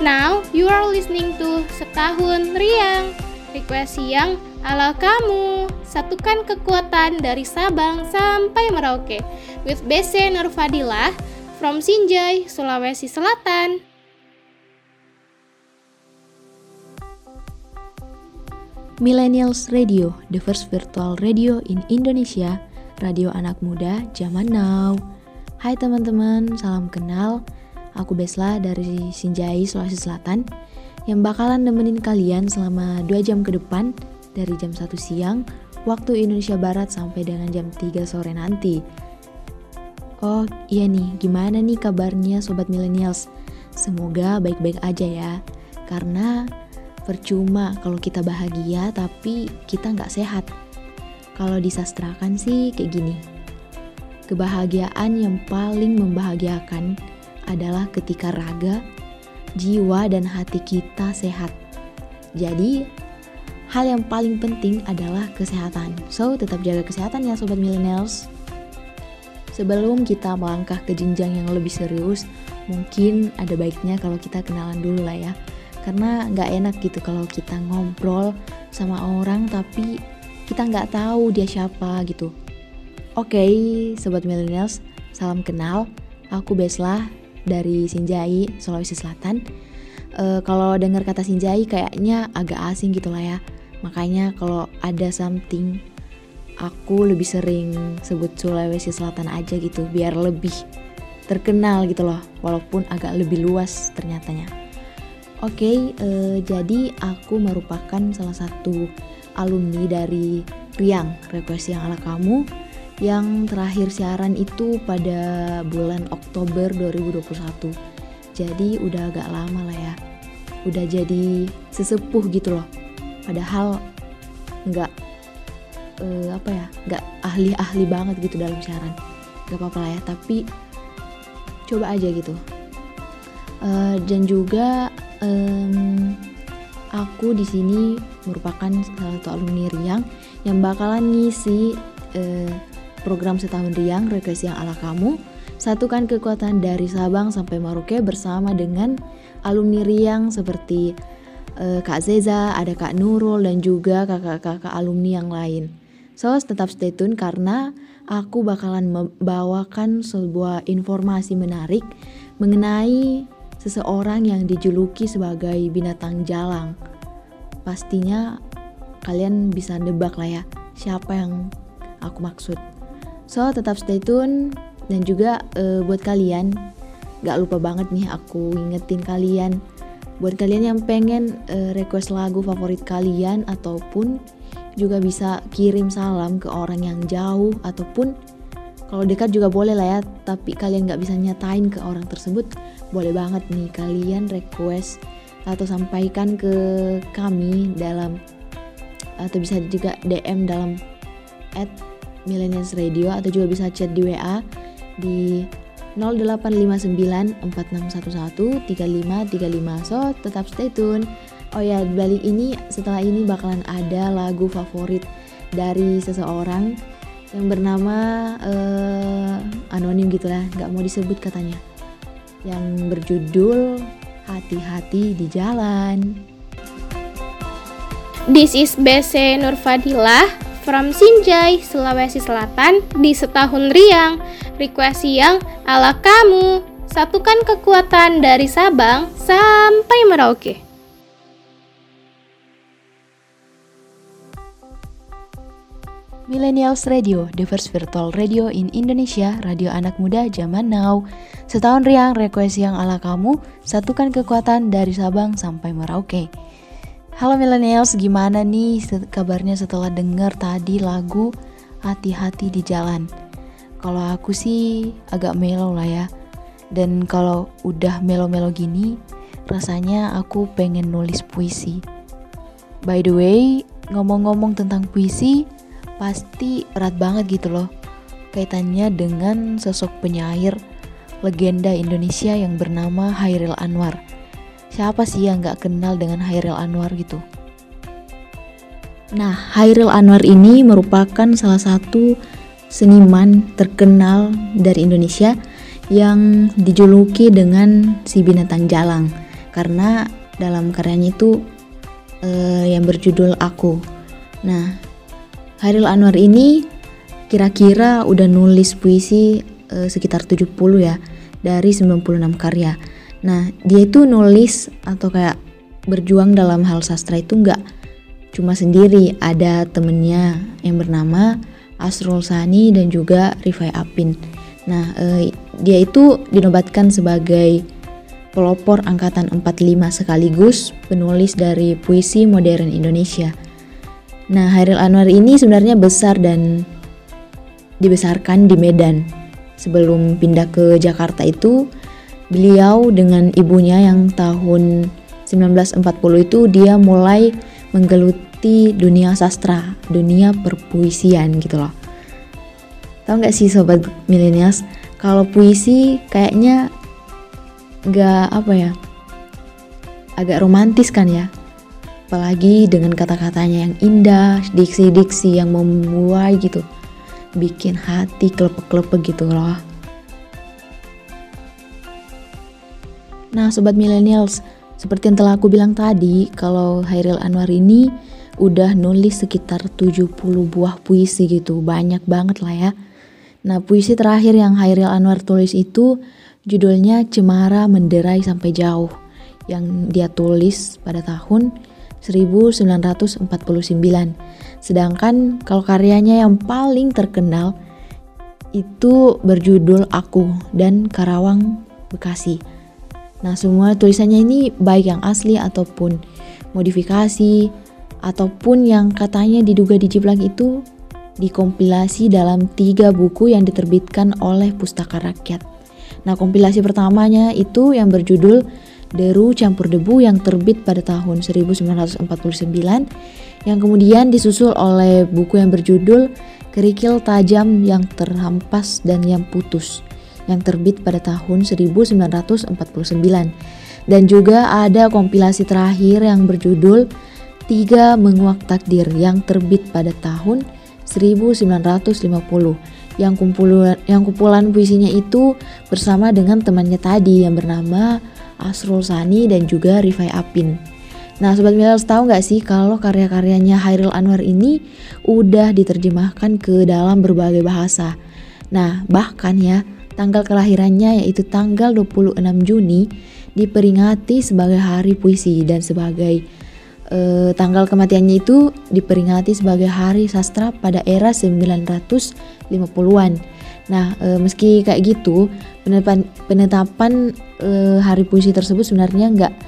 Now you are listening to Setahun Riang, request yang ala kamu. Satukan kekuatan dari Sabang sampai Merauke with BC Nurfadilah from Sinjai, Sulawesi Selatan. Millennials Radio, the first virtual radio in Indonesia, radio anak muda zaman now. Hai teman-teman, salam kenal. Aku Besla dari Sinjai, Sulawesi Selatan, yang bakalan nemenin kalian selama 2 jam ke depan, dari jam 1 siang waktu Indonesia Barat sampai dengan jam 3 sore nanti. Oh iya nih, gimana nih kabarnya Sobat Millennials? Semoga baik-baik aja ya, karena percuma kalau kita bahagia tapi kita nggak sehat. Kalau disastrakan sih kayak gini, kebahagiaan yang paling membahagiakan adalah ketika raga, jiwa, dan hati kita sehat. Jadi hal yang paling penting adalah kesehatan. So tetap jaga kesehatan ya Sobat Millennials. Sebelum kita melangkah ke jenjang yang lebih serius, mungkin ada baiknya kalau kita kenalan dulu lah ya. Karena gak enak gitu kalau kita ngobrol sama orang tapi kita gak tahu dia siapa gitu. Oke, Sobat Millennials, salam kenal. Aku Besla dari Sinjai, Sulawesi Selatan. Kalau dengar kata Sinjai kayaknya agak asing gitu lah ya. Makanya kalau ada something, aku lebih sering sebut Sulawesi Selatan aja gitu, biar lebih terkenal gitu loh. Walaupun agak lebih luas ternyatanya. Oke, jadi aku merupakan salah satu alumni dari Riang, request yang ala kamu, yang terakhir siaran itu pada bulan Oktober 2021. Jadi udah agak lama lah ya, udah jadi sesepuh gitu loh. Padahal nggak ahli-ahli banget gitu dalam siaran. Gak apa-apa lah ya, tapi coba aja gitu. Dan juga aku di sini merupakan salah satu alumni Riang yang bakalan ngisi program Setahun Riang, request yang ala kamu. Satukan kekuatan dari Sabang sampai Merauke bersama dengan alumni Riang seperti Kak Zeza, ada Kak Nurul, dan juga kakak-kakak alumni yang lain. So tetap stay tune karena aku bakalan membawakan sebuah informasi menarik mengenai seseorang yang dijuluki sebagai binatang jalang. Pastinya kalian bisa nebak lah ya siapa yang aku maksud. So tetap stay tune. Dan juga buat kalian, gak lupa banget nih aku ingetin kalian, buat kalian yang pengen request lagu favorit kalian, ataupun juga bisa kirim salam ke orang yang jauh, ataupun kalau dekat juga boleh lah ya, tapi kalian gak bisa nyatain ke orang tersebut, boleh banget nih kalian request atau sampaikan ke kami dalam, atau bisa juga DM dalam @millennials_radio, atau juga bisa chat di WA di 085946113535. So tetap stay tune. Oh ya, balik ini, setelah ini bakalan ada lagu favorit dari seseorang yang bernama anonim gitulah, nggak mau disebut katanya, yang berjudul Hati-Hati di Jalan. This is BC Nurfadilah from Sinjai, Sulawesi Selatan di Setahun Riang, request yang ala kamu. Satukan kekuatan dari Sabang sampai Merauke. Millennials Radio, the first virtual radio in Indonesia, radio anak muda zaman now. Setahun Riang, request yang ala kamu. Satukan kekuatan dari Sabang sampai Merauke. Halo Millennials, gimana nih kabarnya setelah dengar tadi lagu Hati-Hati di Jalan? Kalau aku sih agak mellow lah ya. Dan kalau udah mellow-mellow gini, rasanya aku pengen nulis puisi. By the way, ngomong-ngomong tentang puisi, pasti erat banget gitu loh kaitannya dengan sosok penyair legenda Indonesia yang bernama Chairil Anwar. Siapa sih yang gak kenal dengan Chairil Anwar gitu? Nah, Chairil Anwar ini merupakan salah satu seniman terkenal dari Indonesia yang dijuluki dengan si binatang jalang. karena dalam karyanya itu yang berjudul Aku. Nah, Chairil Anwar ini kira-kira udah nulis puisi sekitar 70 ya, dari 96 karya. Nah, dia itu nulis atau kayak berjuang dalam hal sastra itu nggak cuma sendiri, ada temennya yang bernama Asrul Sani dan juga Rifai Apin. Nah, dia itu dinobatkan sebagai pelopor angkatan 45 sekaligus penulis dari puisi modern Indonesia. Nah, Chairil Anwar ini sebenarnya besar dan dibesarkan di Medan. Sebelum pindah ke Jakarta itu, beliau dengan ibunya yang tahun 1940 itu dia mulai menggeluti dunia sastra, dunia perpuisian gitu loh. Tahu gak sih sobat millennials, kalau puisi kayaknya agak romantis kan ya, apalagi dengan kata-katanya yang indah, diksi-diksi yang memuai gitu, bikin hati kelepek-kelepek gitu loh. Nah sobat millennials, seperti yang telah aku bilang tadi, kalau Chairil Anwar ini udah nulis sekitar 70 buah puisi gitu, banyak banget lah ya. Nah puisi terakhir yang Chairil Anwar tulis itu judulnya Cemara Menderai Sampai Jauh, yang dia tulis pada tahun 1949. Sedangkan kalau karyanya yang paling terkenal itu berjudul Aku dan Karawang Bekasi. Nah semua tulisannya ini baik yang asli ataupun modifikasi ataupun yang katanya diduga dijiplak itu dikompilasi dalam 3 buku yang diterbitkan oleh Pustaka Rakyat. Nah kompilasi pertamanya itu yang berjudul Deru Campur Debu yang terbit pada tahun 1949, yang kemudian disusul oleh buku yang berjudul Kerikil Tajam yang Terhampas dan yang Putus yang terbit pada tahun 1949. Dan juga ada kompilasi terakhir yang berjudul Tiga Menguak Takdir yang terbit pada tahun 1950. Yang kumpulan puisinya itu bersama dengan temannya tadi yang bernama Asrul Sani dan juga Rifai Apin. Nah sobat millennials, tahu gak sih kalau karya-karyanya Chairil Anwar ini udah diterjemahkan ke dalam berbagai bahasa. Nah bahkan ya, tanggal kelahirannya yaitu tanggal 26 Juni diperingati sebagai hari puisi, dan sebagai tanggal kematiannya itu diperingati sebagai hari sastra pada era 1950-an. Nah, meski kayak gitu, penetapan hari puisi tersebut sebenarnya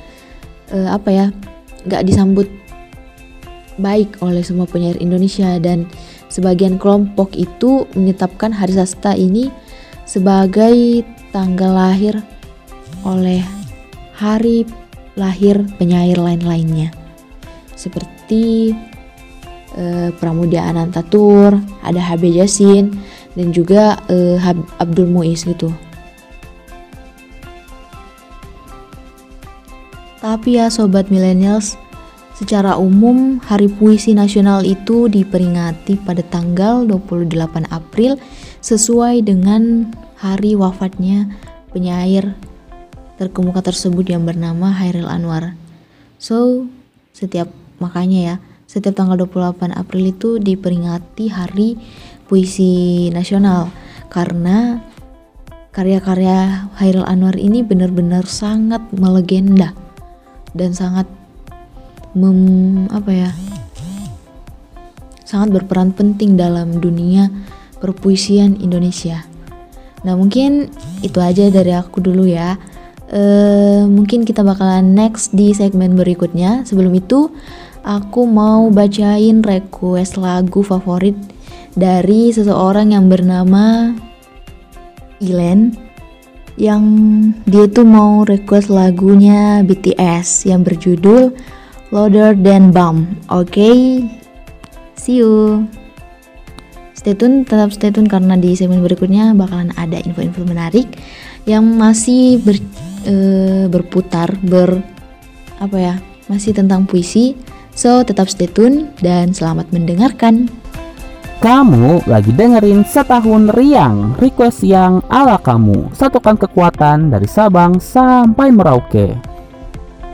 nggak disambut baik oleh semua penyair Indonesia, dan sebagian kelompok itu menetapkan hari sastra ini sebagai tanggal lahir oleh hari lahir penyair lain-lainnya, seperti Pramudia Anantatur, ada HB Yasin, dan juga Abdul Muiz gitu. Tapi ya sobat millennials, secara umum Hari Puisi Nasional itu diperingati pada tanggal 28 April sesuai dengan hari wafatnya penyair terkemuka tersebut yang bernama Chairil Anwar. So, makanya setiap tanggal 28 April itu diperingati Hari Puisi Nasional, karena karya-karya Chairil Anwar ini benar-benar sangat melegenda dan sangat sangat berperan penting dalam dunia perpuisian Indonesia. Nah mungkin itu aja dari aku dulu ya. Mungkin kita bakalan next di segmen berikutnya. Sebelum itu aku mau bacain request lagu favorit dari seseorang yang bernama Ilen, yang dia tuh mau request lagunya BTS yang berjudul Louder Than Bomb. Oke, see you. Tetap stay tune karena di segmen berikutnya bakalan ada info-info menarik yang masih berputar masih tentang puisi. So tetap stay tune dan selamat mendengarkan. Kamu lagi dengerin Setahun Riang, request yang ala kamu. Satukan kekuatan dari Sabang sampai Merauke.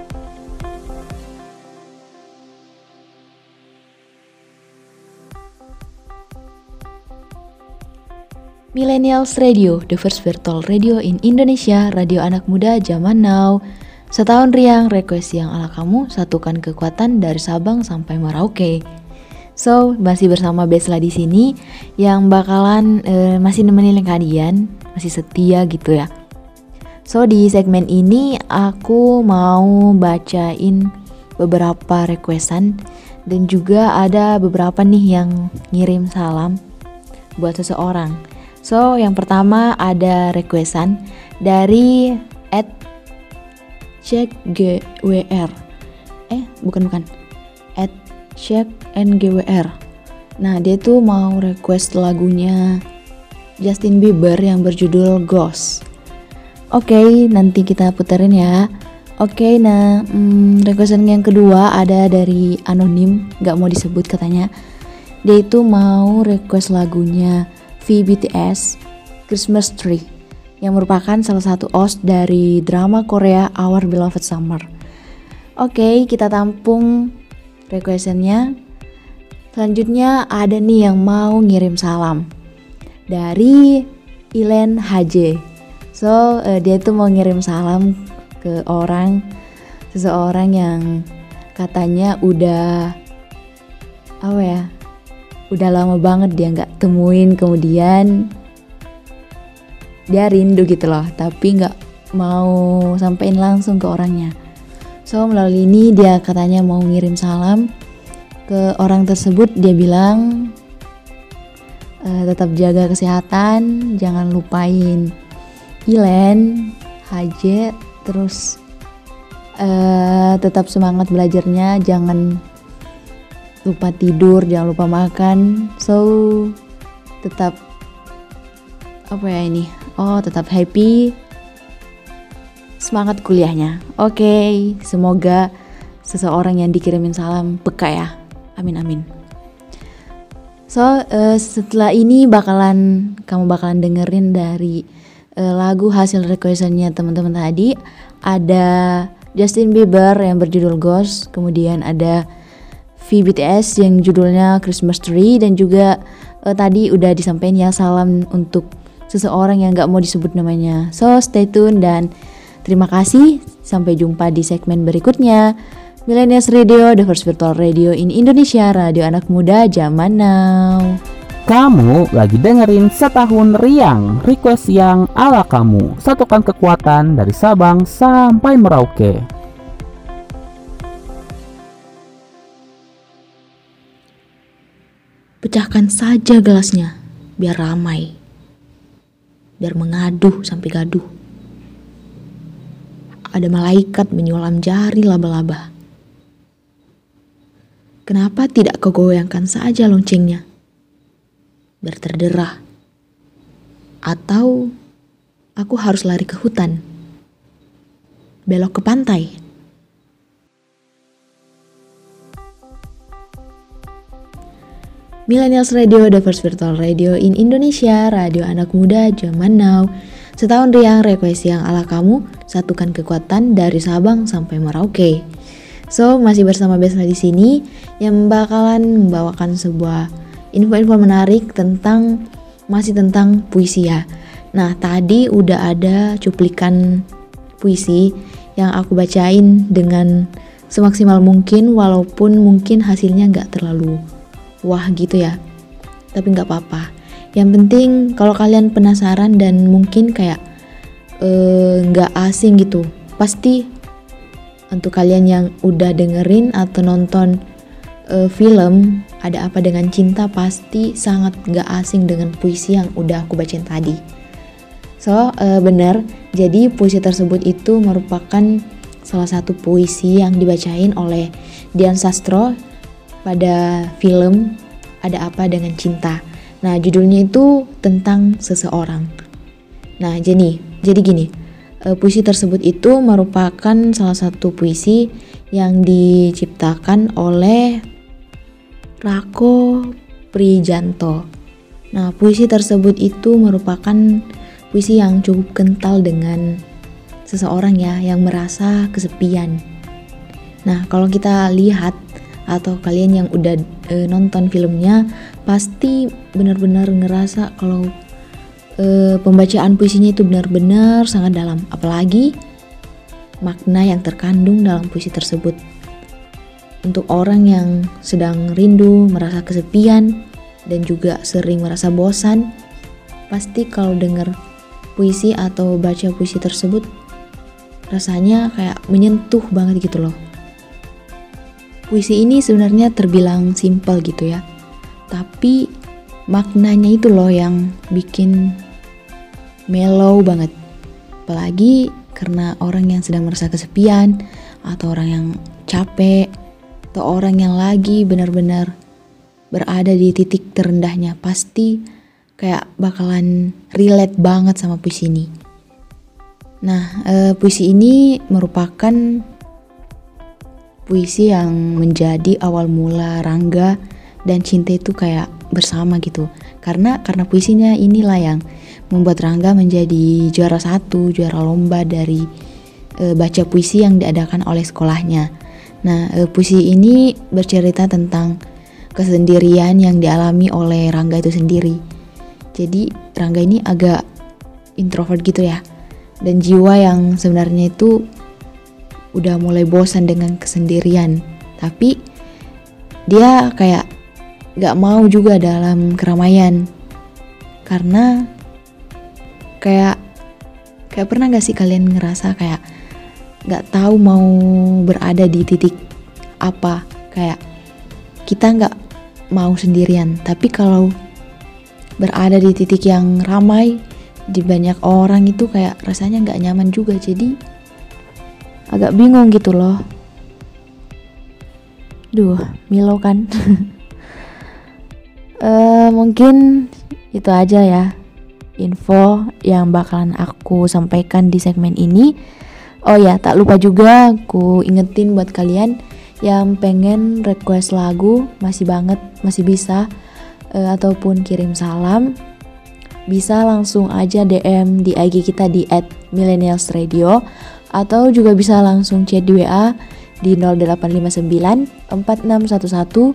Millennials Radio, the first virtual radio in Indonesia, radio anak muda zaman now. Setahun riang, request yang ala kamu, satukan kekuatan dari Sabang sampai Merauke. So, masih bersama Besla di sini yang bakalan masih nemenin kalian, masih setia gitu ya. So, di segmen ini aku mau bacain beberapa requestan dan juga ada beberapa nih yang ngirim salam buat seseorang. So, yang pertama ada requestan dari @CGWR. Bukan. @CGWR. Nah, dia tuh mau request lagunya Justin Bieber yang berjudul Ghost. Oke, nanti kita puterin ya. Oke, nah requestan yang kedua ada dari anonim, gak mau disebut katanya. Dia itu mau request lagunya BTS Christmas Tree yang merupakan salah satu OST dari drama Korea Our Beloved Summer. Oke, kita tampung requestannya. Selanjutnya ada nih yang mau ngirim salam dari Ilen HJ. So, dia tuh mau ngirim salam ke seseorang yang katanya udah lama banget dia nggak temuin, kemudian dia rindu gitu loh, tapi nggak mau sampein langsung ke orangnya. So, melalui ini dia katanya mau ngirim salam ke orang tersebut. Dia bilang tetap jaga kesehatan, jangan lupain Ilen HJ, terus tetap semangat belajarnya, jangan lupa tidur, jangan lupa makan. So, tetap tetap happy, semangat kuliahnya. Oke, semoga seseorang yang dikirimin salam peka ya. Amin. So, setelah ini kamu bakalan dengerin dari lagu hasil requestannya teman-teman tadi. Ada Justin Bieber yang berjudul Ghost, kemudian ada BTS yang judulnya Christmas Tree, dan juga tadi udah disampaikan ya salam untuk seseorang yang gak mau disebut namanya. So, stay tune dan terima kasih. Sampai jumpa di segmen berikutnya. Millennials Radio, the first virtual radio in Indonesia, radio anak muda zaman now. Kamu lagi dengerin Setahun Riang, request yang ala kamu, satukan kekuatan dari Sabang sampai Merauke. Pecahkan saja gelasnya, biar ramai, biar mengaduh sampai gaduh. Ada malaikat menyulam jari laba-laba. Kenapa tidak kau goyangkan saja loncengnya, biar terderah? Atau aku harus lari ke hutan, belok ke pantai? Millennials Radio, the first virtual radio in Indonesia, radio anak muda zaman now. Setahun riang, request yang ala kamu, satukan kekuatan dari Sabang sampai Merauke. So, masih bersama Besla di sini yang bakalan membawakan sebuah info-info menarik tentang puisi ya. Nah, tadi udah ada cuplikan puisi yang aku bacain dengan semaksimal mungkin, walaupun mungkin hasilnya nggak terlalu wah gitu ya, tapi nggak apa-apa. Yang penting kalau kalian penasaran dan mungkin kayak nggak asing gitu, pasti untuk kalian yang udah dengerin atau nonton film Ada Apa Dengan Cinta, pasti sangat nggak asing dengan puisi yang udah aku bacain tadi. So, benar, jadi puisi tersebut itu merupakan salah satu puisi yang dibacain oleh Dian Sastro pada film Ada Apa Dengan Cinta. Nah, judulnya itu tentang seseorang. Nah, jadi gini, puisi tersebut itu merupakan salah satu puisi yang diciptakan oleh Rako Prijanto. Nah, puisi tersebut itu merupakan puisi yang cukup kental dengan seseorang ya, yang merasa kesepian. Nah, kalau kita lihat atau kalian yang udah nonton filmnya pasti benar-benar ngerasa kalau pembacaan puisinya itu benar-benar sangat dalam, apalagi makna yang terkandung dalam puisi tersebut. Untuk orang yang sedang rindu, merasa kesepian, dan juga sering merasa bosan, pasti kalau dengar puisi atau baca puisi tersebut rasanya kayak menyentuh banget gitu loh. Puisi ini sebenarnya terbilang simpel gitu ya, tapi maknanya itu loh yang bikin mellow banget. Apalagi karena orang yang sedang merasa kesepian, atau orang yang capek, atau orang yang lagi benar-benar berada di titik terendahnya, pasti kayak bakalan relate banget sama puisi ini. Nah, puisi ini merupakan puisi yang menjadi awal mula Rangga dan Cinta itu kayak bersama gitu. Karena puisinya inilah yang membuat Rangga menjadi juara lomba dari baca puisi yang diadakan oleh sekolahnya. Nah, puisi ini bercerita tentang kesendirian yang dialami oleh Rangga itu sendiri. Jadi Rangga ini agak introvert gitu ya, dan jiwa yang sebenarnya itu udah mulai bosan dengan kesendirian, tapi dia kayak gak mau juga dalam keramaian. Karena kayak pernah gak sih kalian ngerasa kayak gak tahu mau berada di titik apa, kayak kita gak mau sendirian, tapi kalau berada di titik yang ramai, di banyak orang itu kayak rasanya gak nyaman juga, jadi agak bingung gitu loh. Duh, Milo kan. Mungkin itu aja ya info yang bakalan aku sampaikan di segmen ini. Oh ya, tak lupa juga aku ingetin buat kalian yang pengen request lagu, masih bisa ataupun kirim salam, bisa langsung aja DM di IG kita di @millennialsradio, atau juga bisa langsung chat di WA di 0859 4611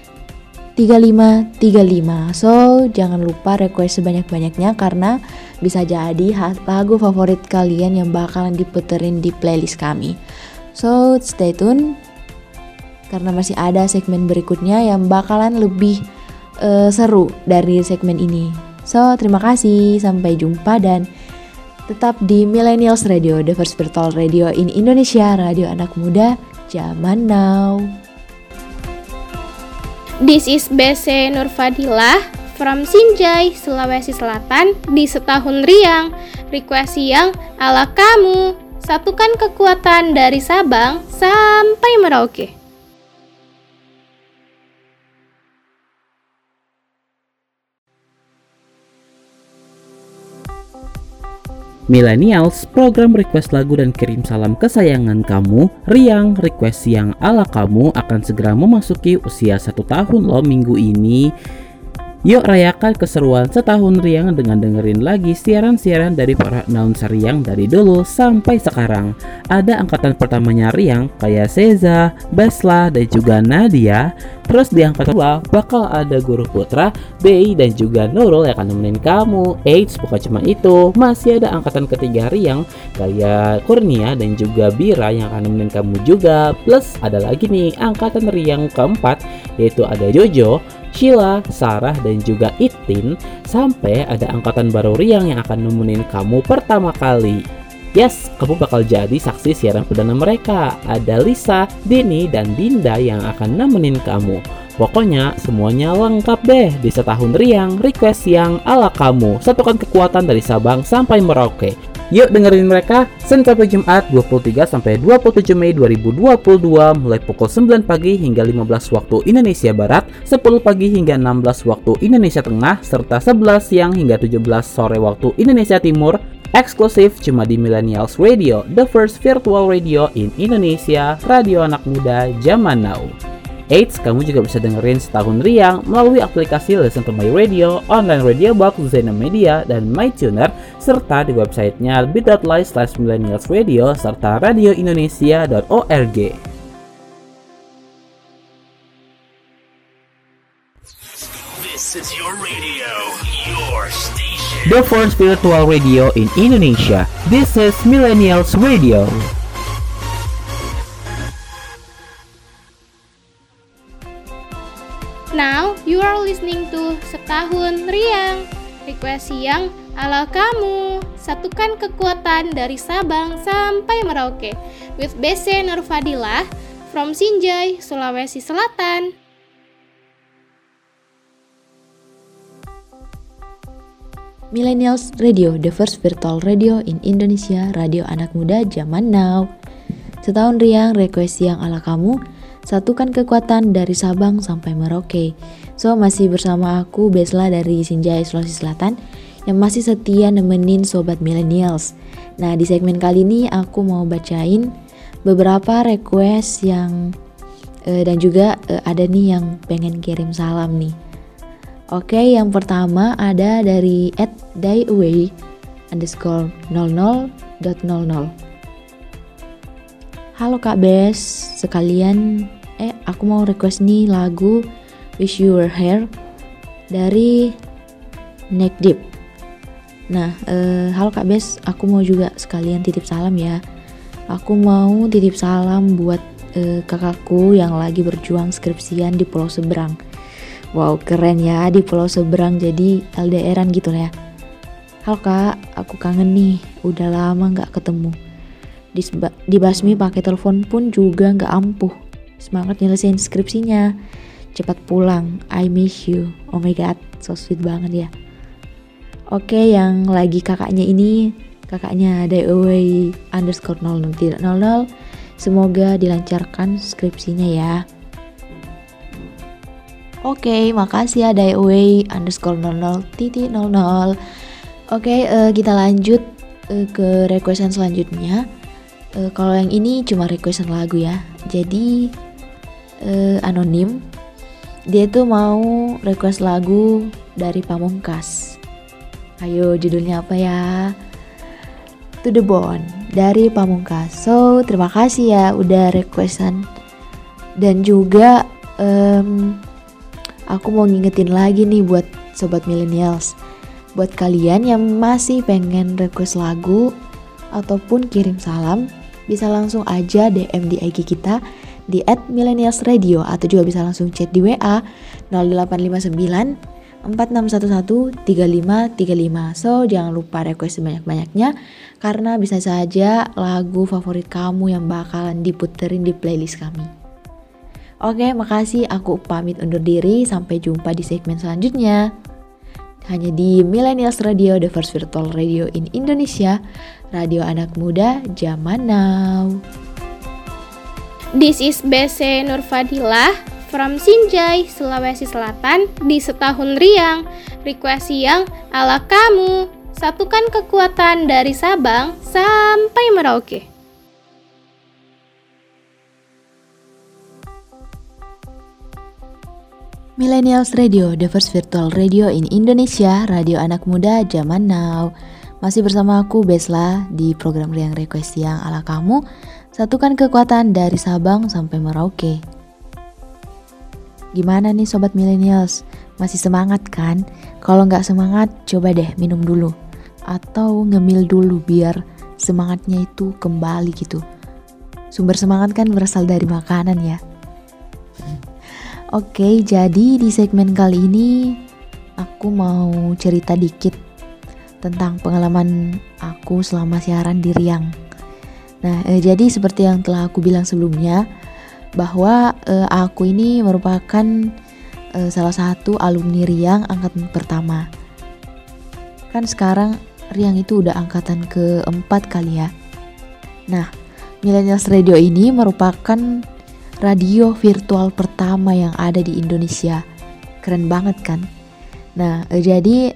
3535. So, jangan lupa request sebanyak-banyaknya karena bisa jadi lagu favorit kalian yang bakalan diputerin di playlist kami. So, stay tune karena masih ada segmen berikutnya yang bakalan lebih seru dari segmen ini. So, terima kasih, sampai jumpa dan tetap di Millennials Radio, the first virtual radio in Indonesia, radio anak muda zaman now. This is BC Nurfadilah from Sinjai, Sulawesi Selatan di Setahun Riang. Request yang ala kamu, satukan kekuatan dari Sabang sampai Merauke. Millennials, program request lagu dan kirim salam kesayangan kamu, Riang Request yang ala kamu akan segera memasuki usia 1 tahun loh minggu ini. Yuk rayakan keseruan Setahun Riang dengan dengerin lagi siaran-siaran dari para announcer Riang dari dulu sampai sekarang. Ada angkatan pertamanya Riang kayak Seza, Besla, dan juga Nadia. Terus di angkatan kedua bakal ada Guru Putra, Bei, dan juga Nurul yang akan nemenin kamu. Eits, bukan cuma itu, masih ada angkatan ketiga Riang kayak Kurnia dan juga Bira yang akan nemenin kamu juga. Plus ada lagi nih angkatan Riang keempat, yaitu ada Jojo, Sheila, Sarah, dan juga Itin. Sampai ada angkatan baru Riang yang akan nemenin kamu pertama kali. Yes, kamu bakal jadi saksi siaran perdana mereka. Ada Lisa, Dini, dan Dinda yang akan nemenin kamu. Pokoknya semuanya lengkap deh di Setahun Riang, request yang ala kamu. Satukan kekuatan dari Sabang sampai Merauke. Yuk dengerin mereka Senin sampai Jumat 23 sampai 27 Mei 2022 mulai pukul 9 pagi hingga 15 waktu Indonesia Barat, 10 pagi hingga 16 waktu Indonesia Tengah, serta 11 siang hingga 17 sore waktu Indonesia Timur. Eksklusif cuma di Millennials Radio, the first virtual radio in Indonesia, radio anak muda zaman now. Eits, kamu juga bisa dengerin Setahun Riang melalui aplikasi Listen to My Radio, online radio box, Zena Media, dan MyTuner, serta di websitenya bit.ly/millennialsradio serta radioindonesia.org. This is your radio, your station. the first virtual radio in Indonesia. This is Millennials Radio. Now you are listening to Setahun Riang, request yang ala kamu. Satukan kekuatan dari Sabang sampai Merauke with BC Nurfadilah from Sinjai, Sulawesi Selatan. Millennials Radio, the first virtual radio in Indonesia, radio anak muda zaman now. Setahun riang, request yang ala kamu. Satukan kekuatan dari Sabang sampai Merauke. So, masih bersama aku Besla dari Sinjai, Sulawesi Selatan, yang masih setia nemenin Sobat Millennials. Nah, di segmen kali ini aku mau bacain beberapa request yang dan juga ada nih yang pengen kirim salam nih. Oke, yang pertama ada dari @dayaway_00.00. Halo Kak Bes, sekalian aku mau request nih lagu Wish You Were Here dari Neck Deep. Nah, halo Kak Bes, aku mau juga sekalian titip salam ya. Aku mau titip salam buat kakakku yang lagi berjuang skripsian di Pulau Seberang. Wow, keren ya, di Pulau Seberang, jadi LDRan gitu lah ya. Halo Kak, aku kangen nih, udah lama gak ketemu. Dibasmi pakai telepon pun juga gak ampuh. Semangat nyelesain skripsinya. Cepat pulang, I miss you. Oh my god, so sweet banget ya. Oke, yang lagi kakaknya ini, kakaknya dayaway_00.00. Semoga dilancarkan skripsinya ya. Oke, makasih ya dayaway_00.00. Oke, kita lanjut ke requestan selanjutnya. Kalau yang ini cuma requestan lagu ya. Jadi anonim. Dia tuh mau request lagu dari Pamungkas. Ayo, judulnya apa ya? To the Bone dari Pamungkas. So, terima kasih ya udah requestan. Dan juga aku mau ngingetin lagi nih buat Sobat Millennials. Buat kalian yang masih pengen request lagu ataupun kirim salam, bisa langsung aja DM di IG kita di @millennialsradio atau juga bisa langsung chat di WA 0859 4611 3535. So, jangan lupa request sebanyak-banyaknya karena bisa saja lagu favorit kamu yang bakalan diputerin di playlist kami. Oke, makasih, aku pamit undur diri. Sampai jumpa di segmen selanjutnya. Hanya di Millennials Radio, the first virtual radio in Indonesia, radio anak muda zaman now. This is BC Nurfadilah from Sinjai, Sulawesi Selatan di Setahun Riang, request yang ala kamu. Satukan kekuatan dari Sabang sampai Merauke. Millennials Radio, the first virtual radio in Indonesia, radio anak muda zaman now. Masih bersama aku Besla di program Riang Request yang ala kamu. Satukan kekuatan dari Sabang sampai Merauke. Gimana nih Sobat Millennials? Masih semangat kan? Kalau nggak semangat, coba deh minum dulu. Atau ngemil dulu biar semangatnya itu kembali gitu. Sumber semangat kan berasal dari makanan ya. Oke, jadi di segmen kali ini aku mau cerita dikit tentang pengalaman aku selama siaran di Riang. Nah, jadi seperti yang telah aku bilang sebelumnya, bahwa aku ini merupakan salah satu alumni Riang angkatan pertama. Kan sekarang Riang itu udah angkatan keempat kali ya. Nah, Millennials Radio ini merupakan radio virtual pertama yang ada di Indonesia. Keren banget kan? Nah, jadi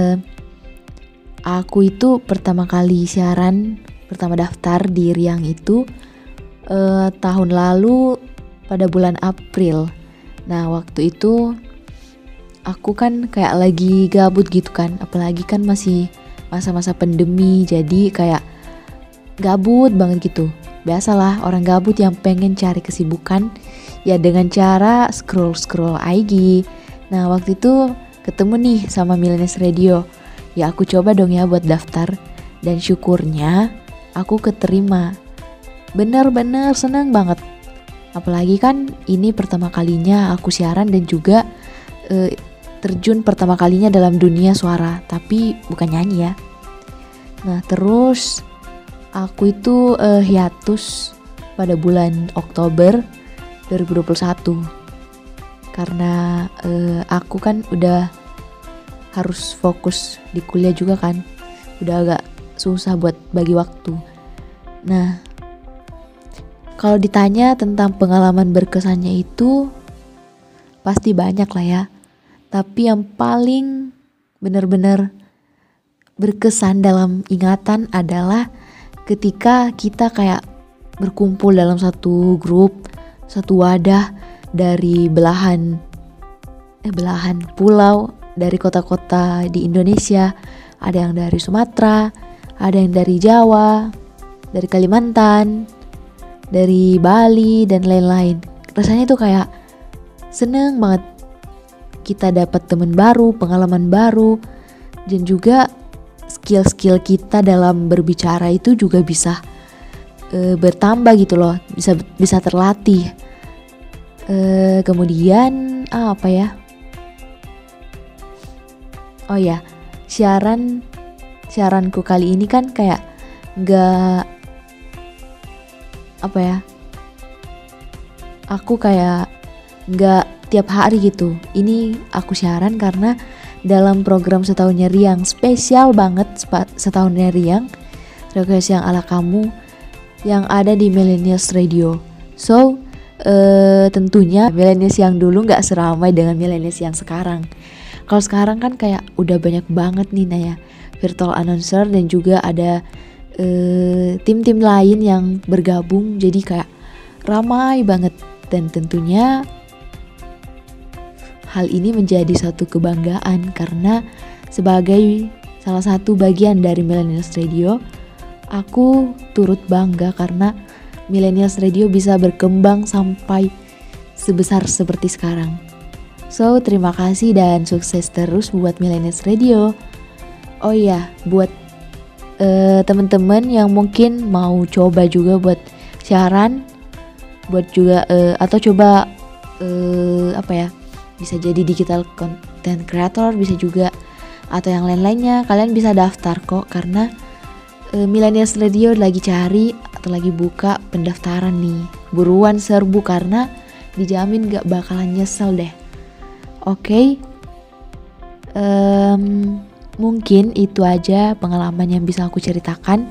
aku itu pertama kali siaran, pertama daftar di Riang itu tahun lalu pada bulan April. Nah, waktu itu aku kan kayak lagi gabut gitu kan, apalagi kan masih masa-masa pandemi, jadi kayak gabut banget gitu. Biasalah orang gabut yang pengen cari kesibukan ya dengan cara scroll IG. Nah, waktu itu ketemu nih sama Millennials Radio ya aku coba dong ya buat daftar. Dan syukurnya aku keterima. Bener-bener seneng banget. Apalagi kan ini pertama kalinya aku siaran dan juga terjun pertama kalinya dalam dunia suara, tapi bukan nyanyi ya. Nah terus aku itu hiatus pada bulan Oktober 2021 karena aku kan udah harus fokus di kuliah juga kan, udah agak susah buat bagi waktu. Nah kalau ditanya tentang pengalaman berkesannya itu pasti banyak lah ya, tapi yang paling benar-benar berkesan dalam ingatan adalah ketika kita kayak berkumpul dalam satu grup, satu wadah dari belahan pulau, dari kota-kota di Indonesia. Ada yang dari Sumatera, ada yang dari Jawa, dari Kalimantan, dari Bali dan lain-lain. Rasanya tuh kayak seneng banget. Kita dapat teman baru, pengalaman baru, dan juga skill-skill kita dalam berbicara itu juga bisa bertambah gitu loh, bisa terlatih. Kemudian apa ya? Oh ya, siaranku kali ini kan kayak nggak apa ya? Aku kayak nggak tiap hari gitu. Ini aku siaran karena dalam program Setahunnya Riang, spesial banget Setahunnya Riang, request yang ala kamu yang ada di Millennials Radio. So tentunya Millennials yang dulu gak seramai dengan Millennials yang sekarang. Kalau sekarang kan kayak udah banyak banget nih Naya, virtual announcer dan juga ada tim-tim lain yang bergabung, jadi kayak ramai banget. Dan tentunya hal ini menjadi suatu kebanggaan karena sebagai salah satu bagian dari Millennials Radio, aku turut bangga karena Millennials Radio bisa berkembang sampai sebesar seperti sekarang. So, terima kasih dan sukses terus buat Millennials Radio. Oh iya, buat teman-teman yang mungkin mau coba juga buat siaran, buat juga atau coba bisa jadi digital content creator, bisa juga atau yang lain-lainnya, kalian bisa daftar kok karena Millennials Radio lagi cari atau lagi buka pendaftaran nih. Buruan serbu karena dijamin gak bakalan nyesel deh. Oke. Mungkin itu aja pengalaman yang bisa aku ceritakan.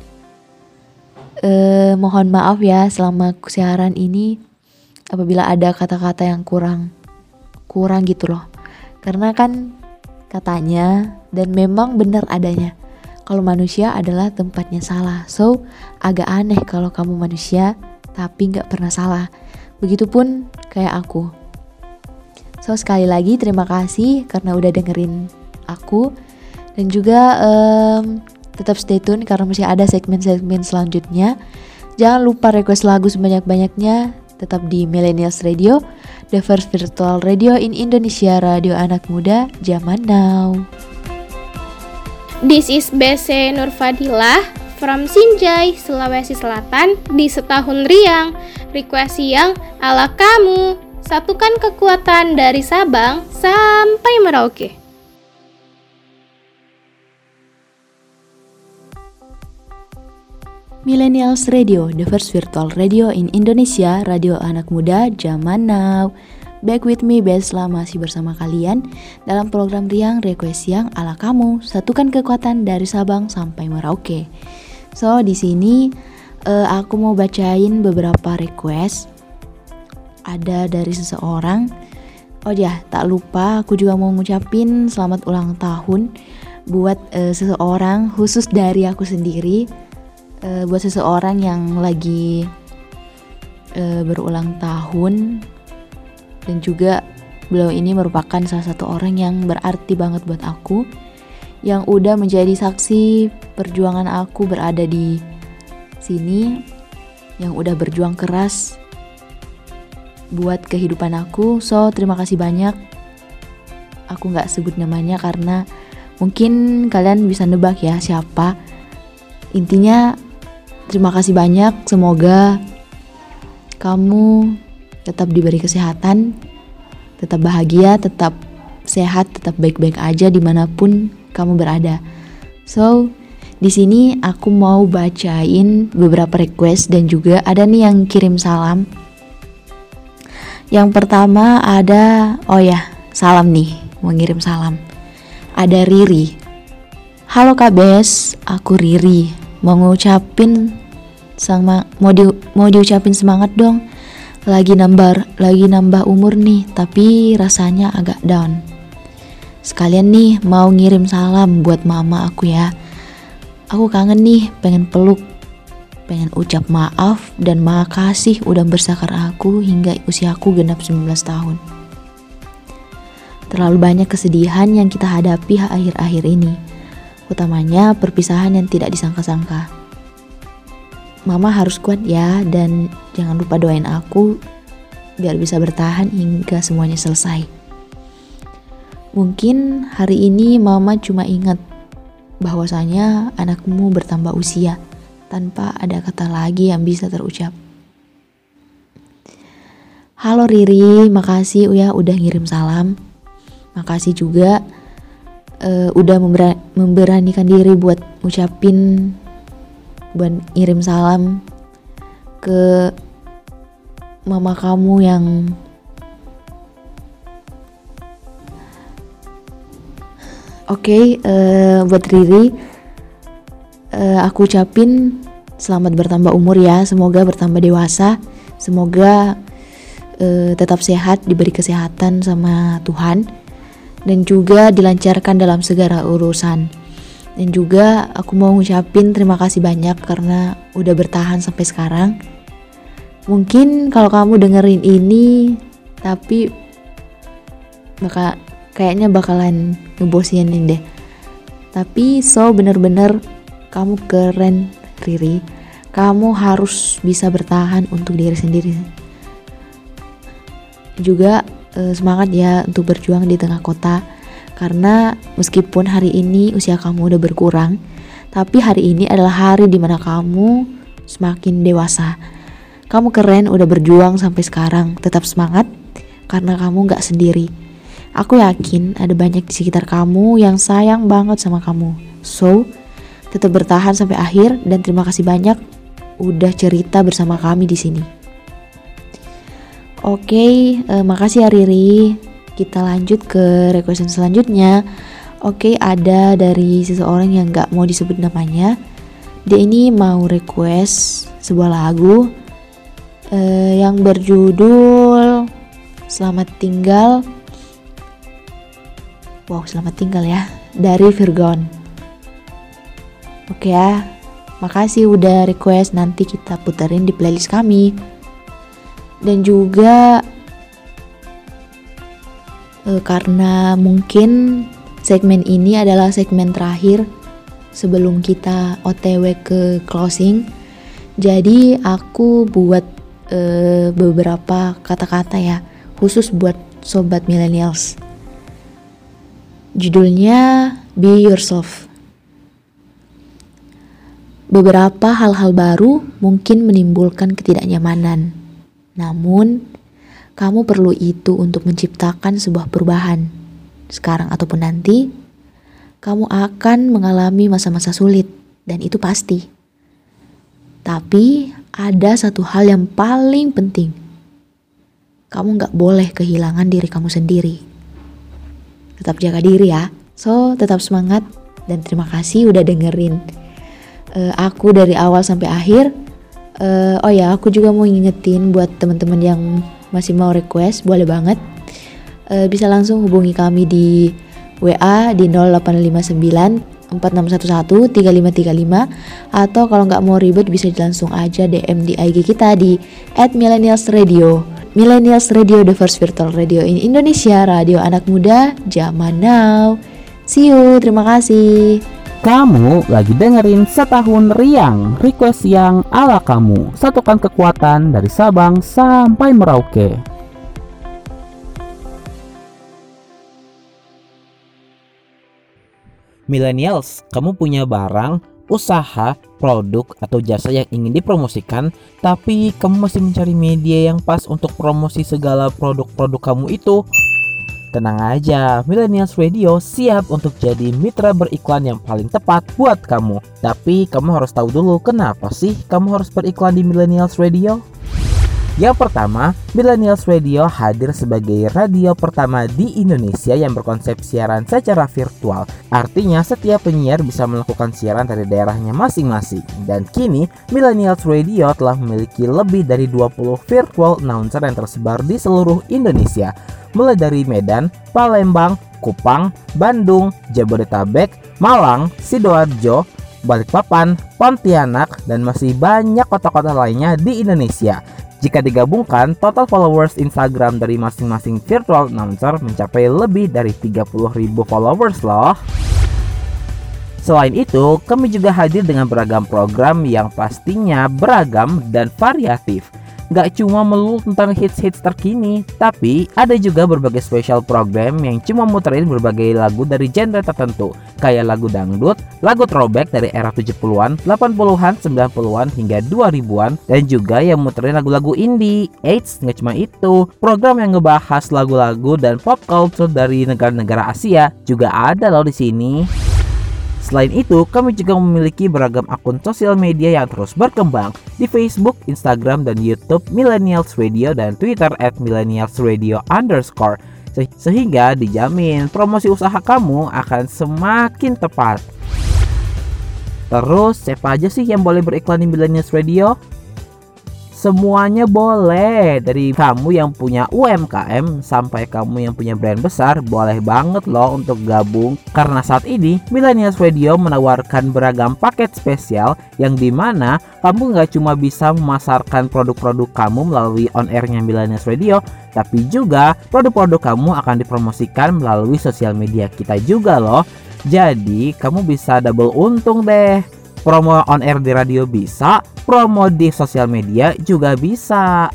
Mohon maaf ya selama siaran ini apabila ada kata-kata yang kurang gitu loh. Karena kan katanya dan memang benar adanya, kalau manusia adalah tempatnya salah. So agak aneh kalau kamu manusia tapi gak pernah salah. Begitupun kayak aku. So sekali lagi terima kasih karena udah dengerin aku. Dan juga tetap stay tune karena masih ada segmen-segmen selanjutnya. Jangan lupa request lagu sebanyak-banyaknya. Tetap di Millennials Radio, the first virtual radio in Indonesia, radio anak muda zaman now. This is BC Nurfadilah from Sinjai, Sulawesi Selatan di Setahun Riang. Request yang ala kamu. Satukan kekuatan dari Sabang sampai Merauke. Millennials Radio, the first virtual radio in Indonesia, radio anak muda zaman now. Back with me, Besla, masih bersama kalian dalam program Riang Request yang ala kamu. Satukan kekuatan dari Sabang sampai Merauke. So, di sini aku mau bacain beberapa request. Ada dari seseorang. Oh ya, tak lupa aku juga mau ngucapin selamat ulang tahun buat seseorang, khusus dari aku sendiri. Buat seseorang yang lagi berulang tahun, dan juga beliau ini merupakan salah satu orang yang berarti banget buat aku, yang udah menjadi saksi perjuangan aku berada di sini, yang udah berjuang keras buat kehidupan aku. So terima kasih banyak. Aku gak sebut namanya karena Mungkin kalian bisa nebak ya siapa. Intinya terima kasih banyak, semoga kamu tetap diberi kesehatan, tetap bahagia, tetap sehat, tetap baik-baik aja dimanapun kamu berada. So, di sini aku mau bacain beberapa request dan juga ada nih yang kirim salam. Yang pertama ada, salam nih, mau ngirim salam. Ada Riri. Halo Kak Bes, aku Riri. Mau diucapin semangat dong. Lagi nambah umur nih, tapi rasanya agak down. Sekalian nih mau ngirim salam buat mama aku ya. Aku kangen nih, pengen peluk, pengen ucap maaf dan makasih udah bersakar aku hingga usiaku genap 19 tahun. Terlalu banyak kesedihan yang kita hadapi akhir-akhir ini, utamanya perpisahan yang tidak disangka-sangka. Mama harus kuat ya, dan jangan lupa doain aku biar bisa bertahan hingga semuanya selesai. Mungkin hari ini mama cuma ingat bahwasanya anakmu bertambah usia tanpa ada kata lagi yang bisa terucap. Halo Riri, makasih ya udah ngirim salam. Makasih juga udah memberanikan diri buat ngirim salam ke mama kamu yang buat Riri, aku ucapin selamat bertambah umur ya, semoga bertambah dewasa, semoga tetap sehat, diberi kesehatan sama Tuhan, dan juga dilancarkan dalam segala urusan. Dan juga aku mau ngucapin terima kasih banyak karena udah bertahan sampai sekarang. Mungkin kalau kamu dengerin ini, tapi kayaknya bakalan ngebosinin deh. Tapi bener-bener kamu keren Riri. Kamu harus bisa bertahan untuk diri sendiri. Juga semangat ya untuk berjuang di tengah kota, karena meskipun hari ini usia kamu udah berkurang, tapi hari ini adalah hari dimana kamu semakin dewasa. Kamu keren, udah berjuang sampai sekarang. Tetap semangat karena kamu gak sendiri. Aku yakin ada banyak di sekitar kamu yang sayang banget sama kamu. So, tetap bertahan sampai akhir, dan terima kasih banyak udah cerita bersama kami di sini. Makasih ya Riri. Kita lanjut ke request selanjutnya. Ada dari seseorang yang gak mau disebut namanya. Dia ini mau request sebuah lagu yang berjudul Selamat Tinggal. Selamat tinggal ya, dari Virgon. Makasih udah request, nanti kita puterin di playlist kami. Dan juga karena mungkin segmen ini adalah segmen terakhir sebelum kita OTW ke closing, jadi aku buat beberapa kata-kata ya khusus buat sobat millennials. Judulnya Be Yourself. Beberapa hal-hal baru mungkin menimbulkan ketidaknyamanan, namun kamu perlu itu untuk menciptakan sebuah perubahan. Sekarang ataupun nanti, kamu akan mengalami masa-masa sulit, dan itu pasti. Tapi ada satu hal yang paling penting. Kamu gak boleh kehilangan diri kamu sendiri. Tetap jaga diri ya. So, tetap semangat, dan terima kasih udah dengerin aku dari awal sampai akhir. Aku juga mau ngingetin buat teman-teman yang masih mau request, boleh banget. Bisa langsung hubungi kami di WA di 0859 4611 3535, atau kalau nggak mau ribet bisa langsung aja DM di IG kita di @millennialsradio. Millennials Radio, the first virtual radio in Indonesia, radio anak muda zaman now. See you, terima kasih. Kamu lagi dengerin Setahun Riang, request yang ala kamu. Satukan kekuatan dari Sabang sampai Merauke. Millennials, kamu punya barang, usaha, produk, atau jasa yang ingin dipromosikan, tapi kamu masih mencari media yang pas untuk promosi segala produk-produk kamu itu. Tenang aja, Millennials Radio siap untuk jadi mitra beriklan yang paling tepat buat kamu. Tapi kamu harus tahu dulu kenapa sih kamu harus beriklan di Millennials Radio? Yang pertama, Millennials Radio hadir sebagai radio pertama di Indonesia yang berkonsep siaran secara virtual. Artinya setiap penyiar bisa melakukan siaran dari daerahnya masing-masing. Dan kini, Millennials Radio telah memiliki lebih dari 20 virtual announcer yang tersebar di seluruh Indonesia. Mulai dari Medan, Palembang, Kupang, Bandung, Jabodetabek, Malang, Sidoarjo, Balikpapan, Pontianak, dan masih banyak kota-kota lainnya di Indonesia. Jika digabungkan, total followers Instagram dari masing-masing virtual announcer mencapai lebih dari 30.000 followers loh. Selain itu, kami juga hadir dengan beragam program yang pastinya beragam dan variatif. Gak cuma melulu tentang hits-hits terkini, tapi ada juga berbagai special program yang cuma muterin berbagai lagu dari genre tertentu, kayak lagu dangdut, lagu throwback dari era 70-an, 80-an, 90-an hingga 2000-an, dan juga yang muterin lagu-lagu indie. Eits, gak cuma itu, program yang ngebahas lagu-lagu dan pop culture dari negara-negara Asia juga ada loh di sini. Selain itu, kami juga memiliki beragam akun sosial media yang terus berkembang di Facebook, Instagram, dan YouTube Millennials Radio dan Twitter @millennialsradio_. Sehingga dijamin promosi usaha kamu akan semakin tepat. Terus, siapa aja sih yang boleh beriklan di Millennials Radio? Semuanya boleh, dari kamu yang punya UMKM sampai kamu yang punya brand besar, boleh banget loh untuk gabung. Karena saat ini Millennials Radio menawarkan beragam paket spesial yang dimana kamu gak cuma bisa memasarkan produk-produk kamu melalui on-airnya Millennials Radio, tapi juga produk-produk kamu akan dipromosikan melalui sosial media kita juga loh. Jadi kamu bisa double untung deh. Promo on air di radio bisa, promo di sosial media juga bisa.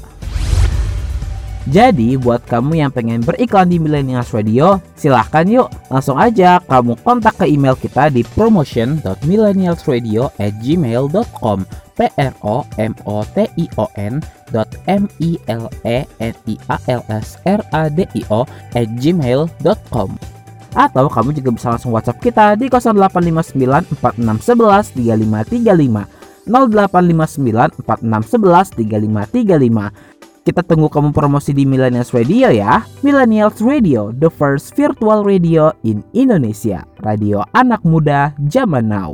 Jadi buat kamu yang pengen beriklan di Millennials Radio, silahkan yuk langsung aja kamu kontak ke email kita di promotion.millennialsradio@gmail.com promotion.millennialsradio@gmail.com. Atau kamu juga bisa langsung WhatsApp kita di 0859 4611 3535 0859 4611 3535. Kita tunggu kamu promosi di Millennials Radio ya. Millennials Radio, the first virtual radio in Indonesia. Radio anak muda zaman now.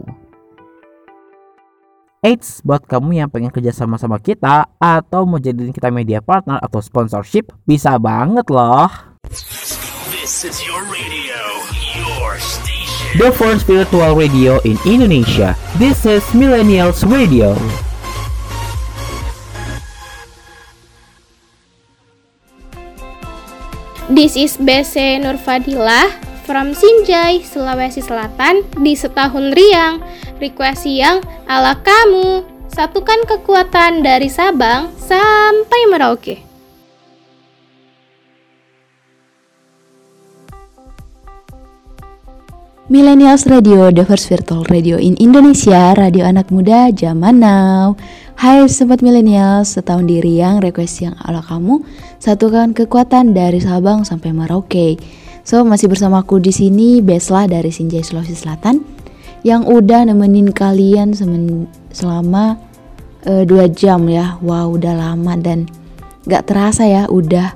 Eits, buat kamu yang pengen kerja sama kita atau mau jadiin kita media partner atau sponsorship, bisa banget loh. This is your radio, your station. The first virtual radio in Indonesia. This is Millennials Radio. This is BC Nurfadilah from Sinjai, Sulawesi Selatan di Setahun Riang. Request yang ala kamu. Satukan kekuatan dari Sabang sampai Merauke. Millennials Radio, the first virtual radio in Indonesia, radio anak muda zaman now. Hai sobat Millennials, setahun di Riang, request yang ala kamu, satukan kekuatan dari Sabang sampai Merauke. So, masih bersama aku di sini, Besla dari Sinjai, Sulawesi Selatan, yang udah nemenin kalian selama 2 jam ya. Wow, udah lama dan gak terasa ya, udah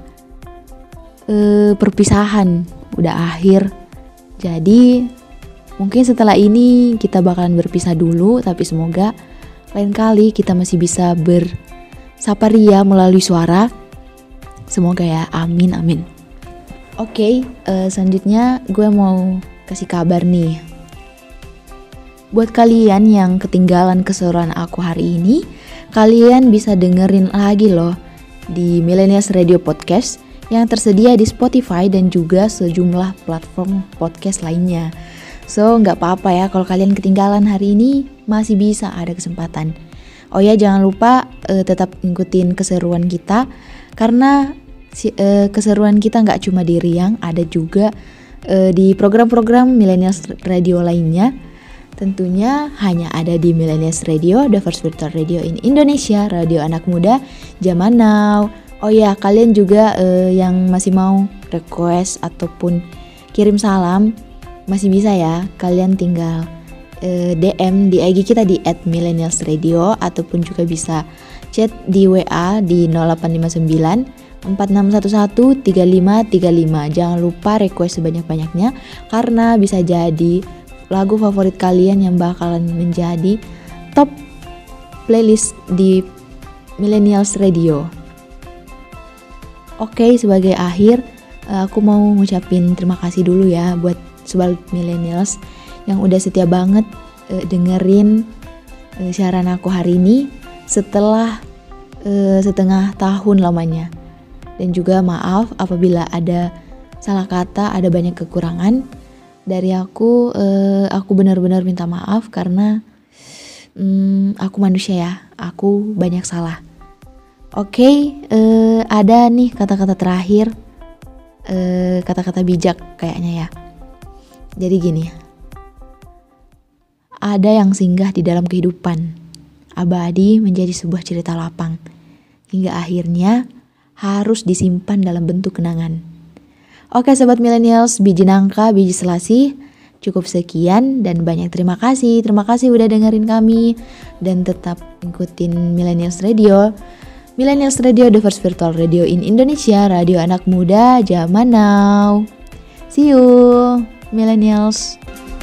perpisahan, udah akhir. Jadi mungkin setelah ini kita bakalan berpisah dulu, tapi semoga lain kali kita masih bisa bersapa ria melalui suara. Semoga ya, amin amin. Oke, selanjutnya gue mau kasih kabar nih. Buat kalian yang ketinggalan keseruan aku hari ini, kalian bisa dengerin lagi loh di Millennials Radio Podcast yang tersedia di Spotify dan juga sejumlah platform podcast lainnya. So, nggak apa-apa ya kalau kalian ketinggalan hari ini, masih bisa ada kesempatan. Oh ya, jangan lupa tetap ngikutin keseruan kita, karena keseruan kita nggak cuma di Riang, ada juga di program-program Millennials Radio lainnya. Tentunya hanya ada di Millennials Radio, the first virtual radio in Indonesia, radio anak muda zaman now. Oh ya, kalian juga yang masih mau request ataupun kirim salam, masih bisa ya. Kalian tinggal DM di IG kita di @millennialsradio ataupun juga bisa chat di WA di 0859 4611 3535. Jangan lupa request sebanyak-banyaknya karena bisa jadi lagu favorit kalian yang bakalan menjadi top playlist di Millennials Radio. Oke, sebagai akhir aku mau ngucapin terima kasih dulu ya buat sobat Millennials yang udah setia banget dengerin siaran aku hari ini setelah setengah tahun lamanya. Dan juga maaf apabila ada salah kata, ada banyak kekurangan dari aku benar-benar minta maaf karena aku manusia ya, aku banyak salah. Oke, ada nih kata-kata terakhir, kata-kata bijak kayaknya ya. Jadi gini, ada yang singgah di dalam kehidupan, abadi menjadi sebuah cerita lapang, hingga akhirnya harus disimpan dalam bentuk kenangan. Oke sobat Millennials, biji nangka, biji selasih, cukup sekian dan banyak terima kasih. Terima kasih udah dengerin kami dan tetap ikutin Millennials Radio. Millennials Radio, the first virtual radio in Indonesia, radio anak muda zaman now. See you, Millennials.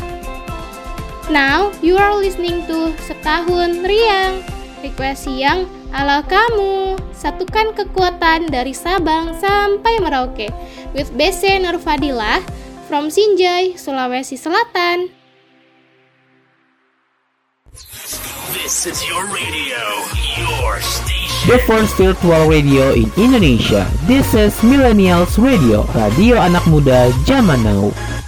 Now you are listening to Setahun Riang, request yang ala kamu. Satukan kekuatan dari Sabang sampai Merauke with BC Nurfadilah from Sinjai, Sulawesi Selatan. This is your radio, your station. The first virtual radio in Indonesia. This is Millennials Radio, radio anak muda zaman now.